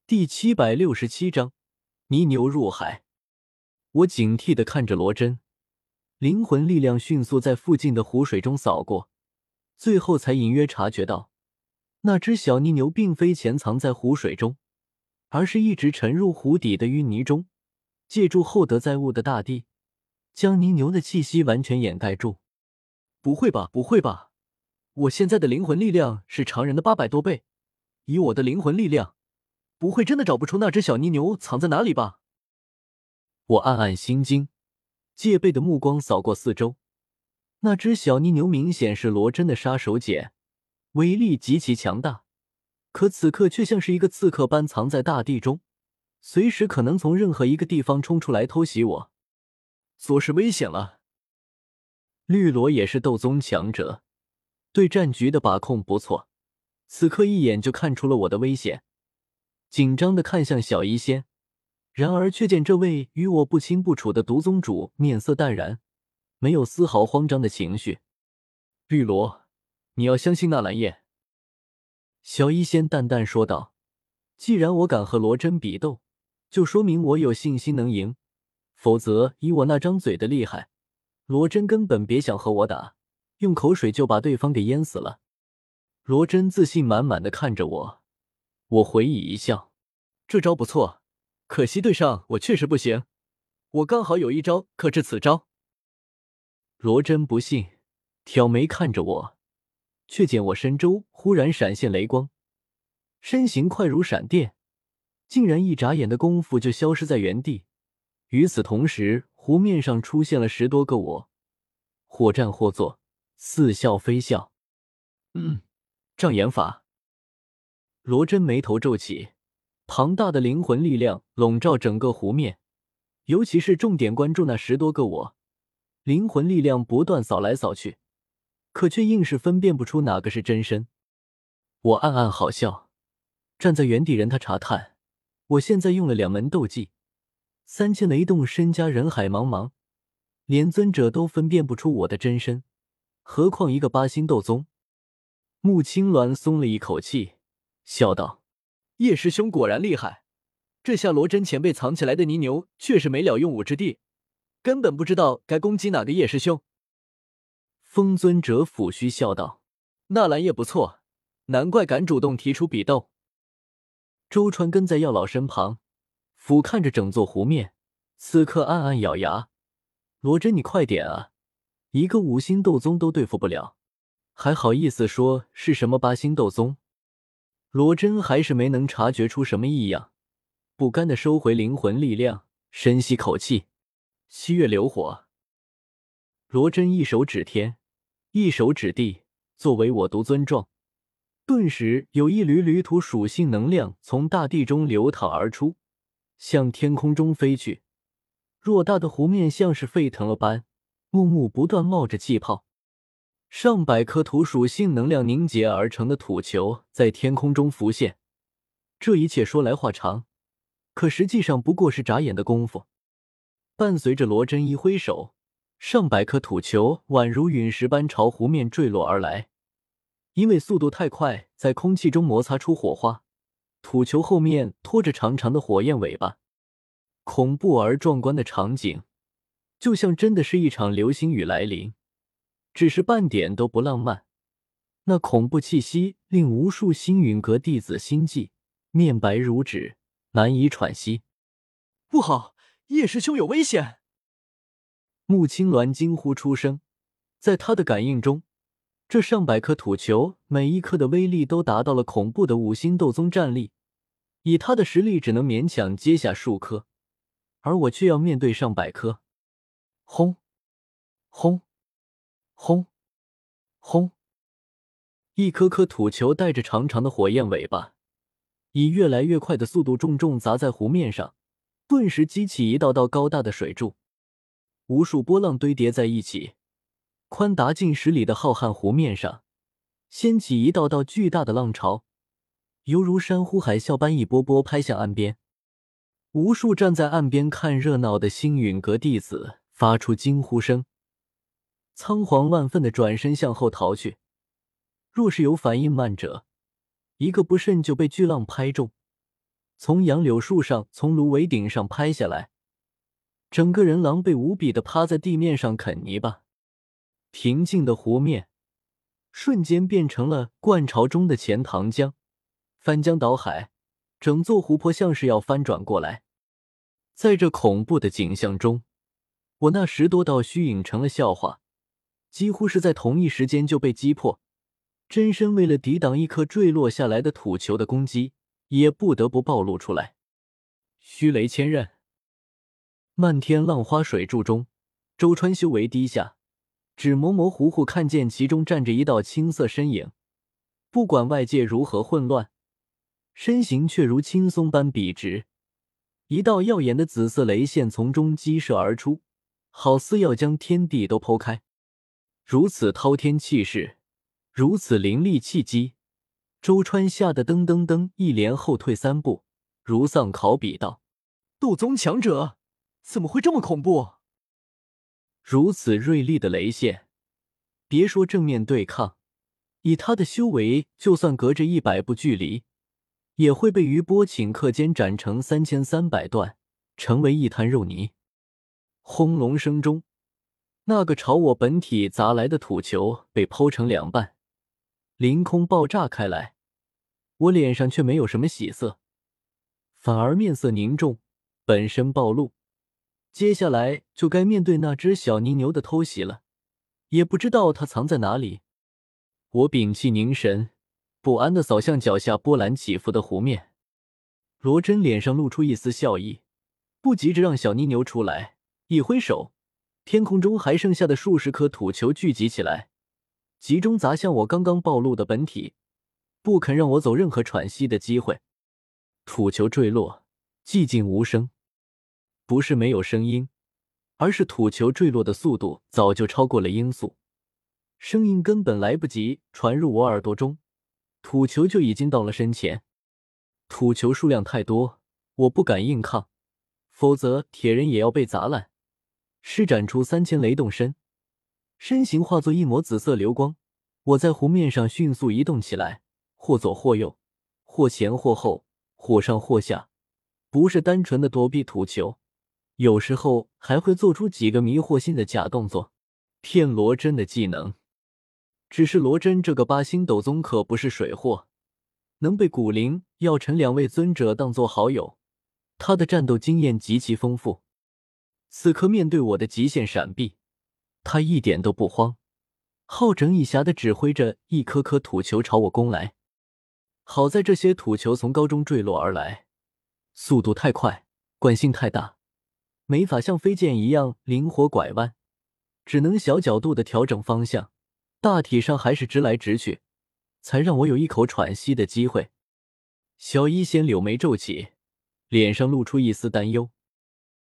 第767章泥牛入海。我警惕地看着罗真，灵魂力量迅速在附近的湖水中扫过，最后才隐约察觉到，那只小泥牛并非潜藏在湖水中，而是一直沉入湖底的淤泥中，借助厚德载物的大地，将泥牛的气息完全掩盖住。不会吧，不会吧，我现在的灵魂力量是常人的800多倍，以我的灵魂力量，不会真的找不出那只小泥牛藏在哪里吧？我暗暗心惊，戒备的目光扫过四周。那只小泥牛明显是罗真的杀手锏，威力极其强大，可此刻却像是一个刺客般藏在大地中，随时可能从任何一个地方冲出来偷袭我。着实危险了。绿萝也是斗宗强者，对战局的把控不错，此刻一眼就看出了我的危险，紧张地看向小医仙，然而却见这位与我不清不楚的毒宗主面色淡然，没有丝毫慌张的情绪。绿萝，你要相信纳兰叶。小医仙淡淡说道，既然我敢和罗真比斗，就说明我有信心能赢，否则以我那张嘴的厉害，罗真根本别想和我打，用口水就把对方给淹死了。罗真自信满满的看着我，我回以一笑，这招不错，可惜对上我确实不行，我刚好有一招克制此招。罗真不信，挑眉看着我，却见我身周忽然闪现雷光，身形快如闪电，竟然一眨眼的功夫就消失在原地。与此同时，湖面上出现了10多个我，或站或坐，似笑非笑。障眼法。罗真眉头皱起，庞大的灵魂力量笼罩整个湖面，尤其是重点关注那10多个我，灵魂力量不断扫来扫去，可却硬是分辨不出哪个是真身。我暗暗好笑，站在原地任他查探。我现在用了2门斗技，3000雷动身加人海茫茫，连尊者都分辨不出我的真身，何况一个8星斗宗。穆青鸾松了一口气，笑道：叶师兄果然厉害，这下罗真前辈藏起来的泥牛确实没了用武之地，根本不知道该攻击哪个叶师兄。风尊者抚须笑道：纳兰叶不错，难怪敢主动提出比斗。周川跟在药老身旁，俯瞰着整座湖面，此刻暗暗咬牙，罗真你快点啊，一个5星斗宗都对付不了，还好意思说是什么8星斗宗。罗真还是没能察觉出什么异样，不甘地收回灵魂力量，深吸口气，七月流火。罗真一手指天，一手指地，作为我独尊状，顿时有一缕缕土属性能量从大地中流淌而出，向天空中飞去。偌大的湖面像是沸腾了般，幕幕不断冒着气泡。上百颗土属性能量凝结而成的土球在天空中浮现，这一切说来话长，可实际上不过是眨眼的功夫。伴随着罗真一挥手，上百颗土球宛如陨石般朝湖面坠落而来，因为速度太快，在空气中摩擦出火花，土球后面拖着长长的火焰尾巴。恐怖而壮观的场景，就像真的是一场流星雨来临，只是半点都不浪漫。那恐怖气息令无数星陨阁弟子心悸，面白如纸，难以喘息。不好，叶师兄有危险！穆青鸾惊呼出声，在他的感应中，这上百颗土球每一颗的威力都达到了恐怖的5星斗宗战力，以他的实力只能勉强接下数颗，而我却要面对上百颗。轰轰轰轰！一颗颗土球带着长长的火焰尾巴，以越来越快的速度重重砸在湖面上，顿时激起一道道高大的水柱，无数波浪堆叠在一起，宽达近10里的浩瀚湖面上掀起一道道巨大的浪潮，犹如山呼海啸般一波波拍向岸边。无数站在岸边看热闹的星陨阁弟子发出惊呼声，仓皇万分地转身向后逃去。若是有反应慢者，一个不慎就被巨浪拍中， 从杨柳树上，从芦苇顶上拍下来，整个人狼狈无比地趴在地面上啃泥巴。平静的湖面瞬间变成了灌潮中的钱塘江，翻江倒海，整座湖泊像是要翻转过来。在这恐怖的景象中，我那10多道虚影成了笑话，几乎是在同一时间就被击破。真身为了抵挡一颗坠落下来的土球的攻击，也不得不暴露出来。虚雷千仞，漫天浪花水柱中，周川修为低下，只模模糊糊看见其中站着一道青色身影，不管外界如何混乱，身形却如轻松般笔直。一道耀眼的紫色雷线从中激射而出，好似要将天地都剖开。如此滔天气势，如此凌厉气机，周川吓得噔噔噔一连后退3步，如丧考妣道：斗宗强者，怎么会这么恐怖？如此锐利的雷线，别说正面对抗，以他的修为，就算隔着100步距离，也会被余波顷刻间斩成3300段，成为一滩肉泥。轰隆声中，那个朝我本体砸来的土球被剖成2半，凌空爆炸开来。我脸上却没有什么喜色，反而面色凝重，本身暴露。接下来就该面对那只小泥牛的偷袭了，也不知道它藏在哪里。我屏气凝神，不安地扫向脚下波澜起伏的湖面。罗真脸上露出一丝笑意，不急着让小泥牛出来，一挥手，天空中还剩下的数十颗土球聚集起来，集中砸向我刚刚暴露的本体，不肯让我走任何喘息的机会。土球坠落，寂静无声。不是没有声音，而是土球坠落的速度早就超过了音速，声音根本来不及传入我耳朵中，土球就已经到了身前。土球数量太多，我不敢硬抗，否则铁人也要被砸烂。施展出3000雷动身，身形化作一抹紫色流光，我在湖面上迅速移动起来，或左或右，或前或后，或上或下，不是单纯的躲避土球，有时候还会做出几个迷惑性的假动作，骗罗真的技能。只是罗真这个8星斗宗可不是水货，能被古灵、药尘2位尊者当作好友，他的战斗经验极其丰富。此刻面对我的极限闪避，他一点都不慌，好整以暇地指挥着一颗颗土球朝我攻来。好在这些土球从高中坠落而来，速度太快，惯性太大，没法像飞剑一样灵活拐弯，只能小角度的调整方向，大体上还是直来直去，才让我有一口喘息的机会。小医仙柳眉皱起，脸上露出一丝担忧。